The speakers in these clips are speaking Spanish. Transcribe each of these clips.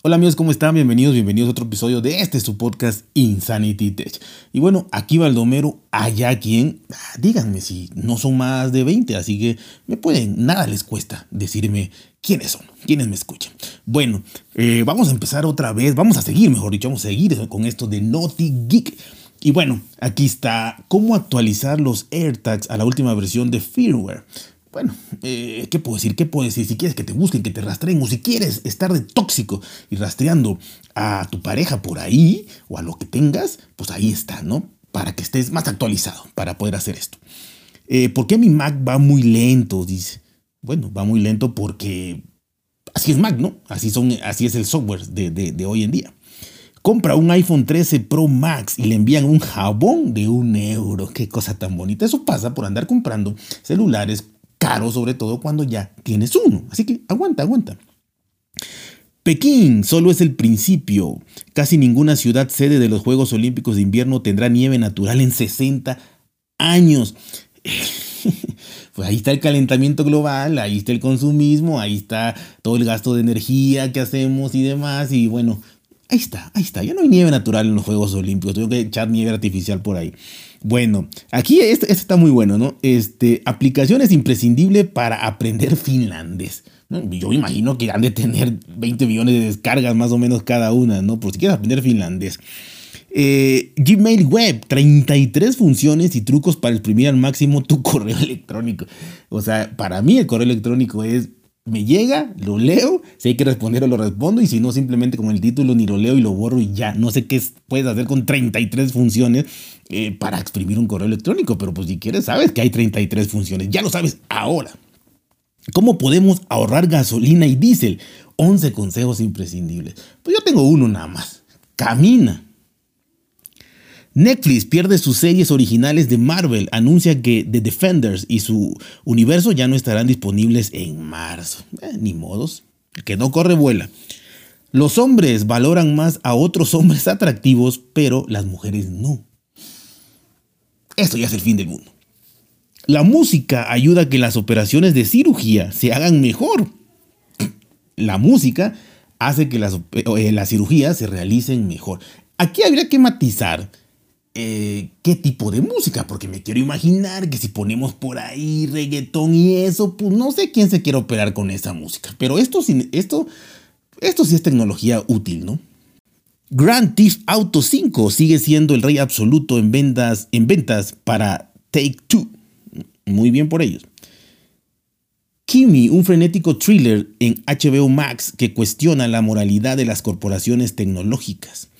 Hola amigos, ¿cómo están? Bienvenidos a otro episodio de su podcast Insanity Tech. Y bueno, aquí Baldomero, allá quien, díganme si no son más de 20, así que nada les cuesta decirme quiénes son, quiénes me escuchan. Bueno, vamos a empezar otra vez, vamos a seguir con esto de Naughty Geek. Y bueno, aquí está cómo actualizar los AirTags a la última versión de firmware. Bueno, ¿qué puedo decir? Si quieres que te busquen, que te rastreen, o si quieres estar de tóxico y rastreando a tu pareja por ahí, o a lo que tengas, pues ahí está, ¿no? Para que estés más actualizado, para poder hacer esto. ¿Por qué mi Mac va muy lento? Dice. Bueno, va muy lento porque así es Mac, ¿no? Así es el software de hoy en día. Compra un iPhone 13 Pro Max y le envían un jabón de €1. Qué cosa tan bonita. Eso pasa por andar comprando celulares caro, sobre todo cuando ya tienes uno. Así que aguanta. Pekín solo es el principio. Casi ninguna ciudad sede de los Juegos Olímpicos de Invierno tendrá nieve natural en 60 años. Pues ahí está el calentamiento global, ahí está el consumismo, ahí está todo el gasto de energía que hacemos y demás. Y bueno, ahí está. Ya no hay nieve natural en los Juegos Olímpicos. Tengo que echar nieve artificial por ahí. Bueno, aquí este está muy bueno, ¿no? Aplicaciones imprescindibles para aprender finlandés, ¿no? Yo me imagino que han de tener 20 millones de descargas más o menos cada una, ¿no? Por si quieres aprender finlandés. Gmail Web, 33 funciones y trucos para exprimir al máximo tu correo electrónico. O sea, para mí el correo electrónico me llega, lo leo, si hay que responder lo respondo, y si no, simplemente con el título ni lo leo y lo borro y ya. No sé qué puedes hacer con 33 funciones para exprimir un correo electrónico, pero pues si quieres sabes que hay 33 funciones, ya lo sabes ahora. ¿Cómo podemos ahorrar gasolina y diésel? 11 consejos imprescindibles. Pues yo tengo uno nada más. Camina. Netflix pierde sus series originales de Marvel, anuncia que The Defenders y su universo ya no estarán disponibles en marzo. Ni modos, el que no corre vuela. Los hombres valoran más a otros hombres atractivos, pero las mujeres no. Esto ya es el fin del mundo. La música ayuda a que las operaciones de cirugía se hagan mejor. La música hace que las cirugías se realicen mejor. Aquí habría que matizar qué tipo de música, porque me quiero imaginar que si ponemos por ahí reggaetón y eso, pues no sé quién se quiere operar con esa música, pero esto sí es tecnología útil, ¿no? Grand Theft Auto 5 sigue siendo el rey absoluto en ventas para Take-Two. Muy bien por ellos. Kimi, un frenético thriller en HBO Max que cuestiona la moralidad de las corporaciones tecnológicas.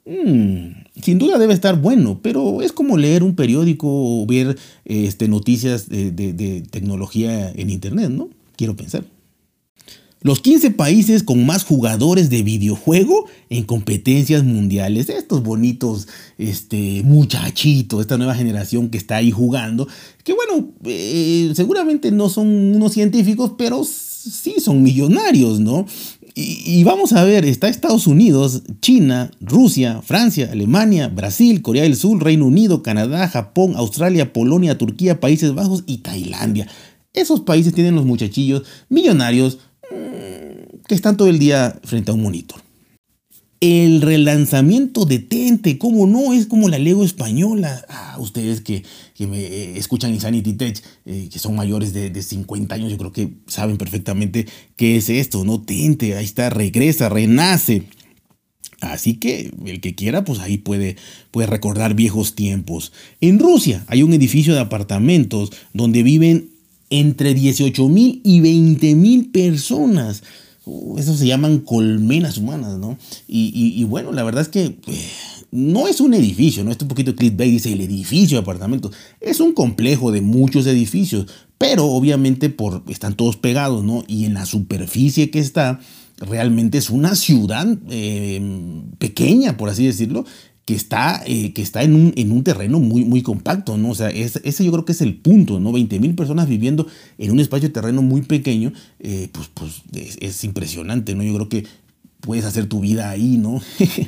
Sin duda debe estar bueno, pero es como leer un periódico o ver noticias de tecnología en internet, ¿no? Quiero pensar. Los 15 países con más jugadores de videojuego en competencias mundiales. Estos bonitos muchachitos, esta nueva generación que está ahí jugando, que bueno, seguramente no son unos científicos, pero sí son millonarios, ¿no? Y vamos a ver, está Estados Unidos, China, Rusia, Francia, Alemania, Brasil, Corea del Sur, Reino Unido, Canadá, Japón, Australia, Polonia, Turquía, Países Bajos y Tailandia. Esos países tienen los muchachillos millonarios que están todo el día frente a un monitor. El relanzamiento de Tente, ¿cómo no? Es como la Lego española. Ustedes que me escuchan Insanity Tech, que son mayores de 50 años, yo creo que saben perfectamente qué es esto, ¿no? Tente, ahí está, regresa, renace. Así que el que quiera, pues ahí puede recordar viejos tiempos. En Rusia hay un edificio de apartamentos donde viven entre 18,000 y 20,000 personas. Eso se llaman colmenas humanas, ¿no? Y bueno, la verdad es que no es un edificio, ¿no? Un poquito clickbait, dice el edificio de apartamentos. Es un complejo de muchos edificios, pero obviamente están todos pegados, ¿no? Y en la superficie que está, realmente es una ciudad pequeña, por así decirlo, que está en un terreno muy, muy compacto, ¿no? O sea, ese yo creo que es el punto, ¿no? 20,000 personas viviendo en un espacio de terreno muy pequeño, pues es impresionante, ¿no? Yo creo que puedes hacer tu vida ahí, ¿no?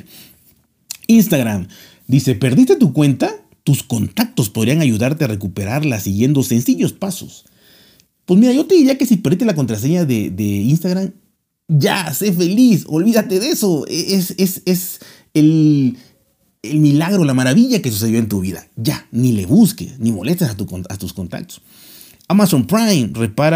Instagram dice, ¿perdiste tu cuenta? Tus contactos podrían ayudarte a recuperarla siguiendo sencillos pasos. Pues mira, yo te diría que si perdiste la contraseña de Instagram, Ya, sé feliz, olvídate de eso. Es el, el milagro, la maravilla que sucedió en tu vida. Ya, ni le busques, ni molestes a tus contactos. Amazon Prime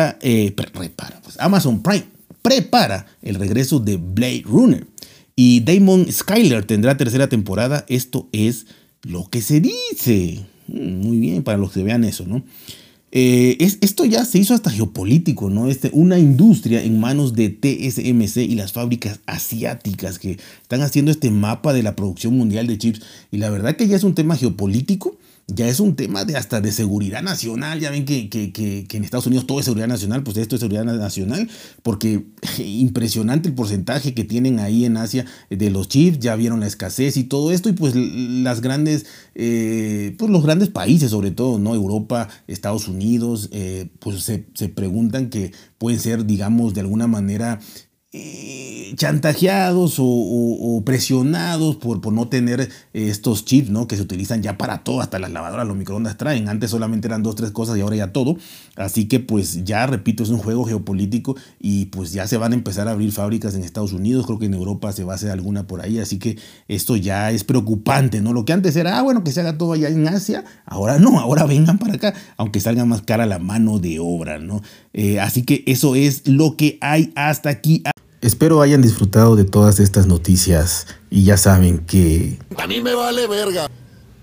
Amazon Prime prepara el regreso de Blade Runner. Y Damon Skyler tendrá tercera temporada. Esto es lo que se dice. Muy bien, para los que vean eso, ¿no? Esto ya se hizo hasta geopolítico, ¿no? Una industria en manos de TSMC y las fábricas asiáticas que están haciendo este mapa de la producción mundial de chips. Y la verdad que ya es un tema geopolítico, ya es un tema hasta de seguridad nacional. Ya ven que en Estados Unidos todo es seguridad nacional, pues esto es seguridad nacional, porque impresionante el porcentaje que tienen ahí en Asia de los chips. Ya vieron la escasez y todo esto, y pues los grandes países, sobre todo, ¿no? Europa, Estados Unidos, pues se preguntan que pueden ser, digamos, de alguna manera chantajeados o presionados por no tener estos chips, ¿no? Que se utilizan ya para todo, hasta las lavadoras, los microondas traen. Antes solamente eran 2, 3 cosas y ahora ya todo. Así que pues ya, repito, es un juego geopolítico y pues ya se van a empezar a abrir fábricas en Estados Unidos. Creo que en Europa se va a hacer alguna por ahí. Así que esto ya es preocupante, ¿no? Lo que antes era, bueno, que se haga todo allá en Asia. Ahora no, ahora vengan para acá, aunque salga más cara la mano de obra, ¿no? Así que eso es lo que hay hasta aquí. Espero hayan disfrutado de todas estas noticias y ya saben que... A mí me vale verga.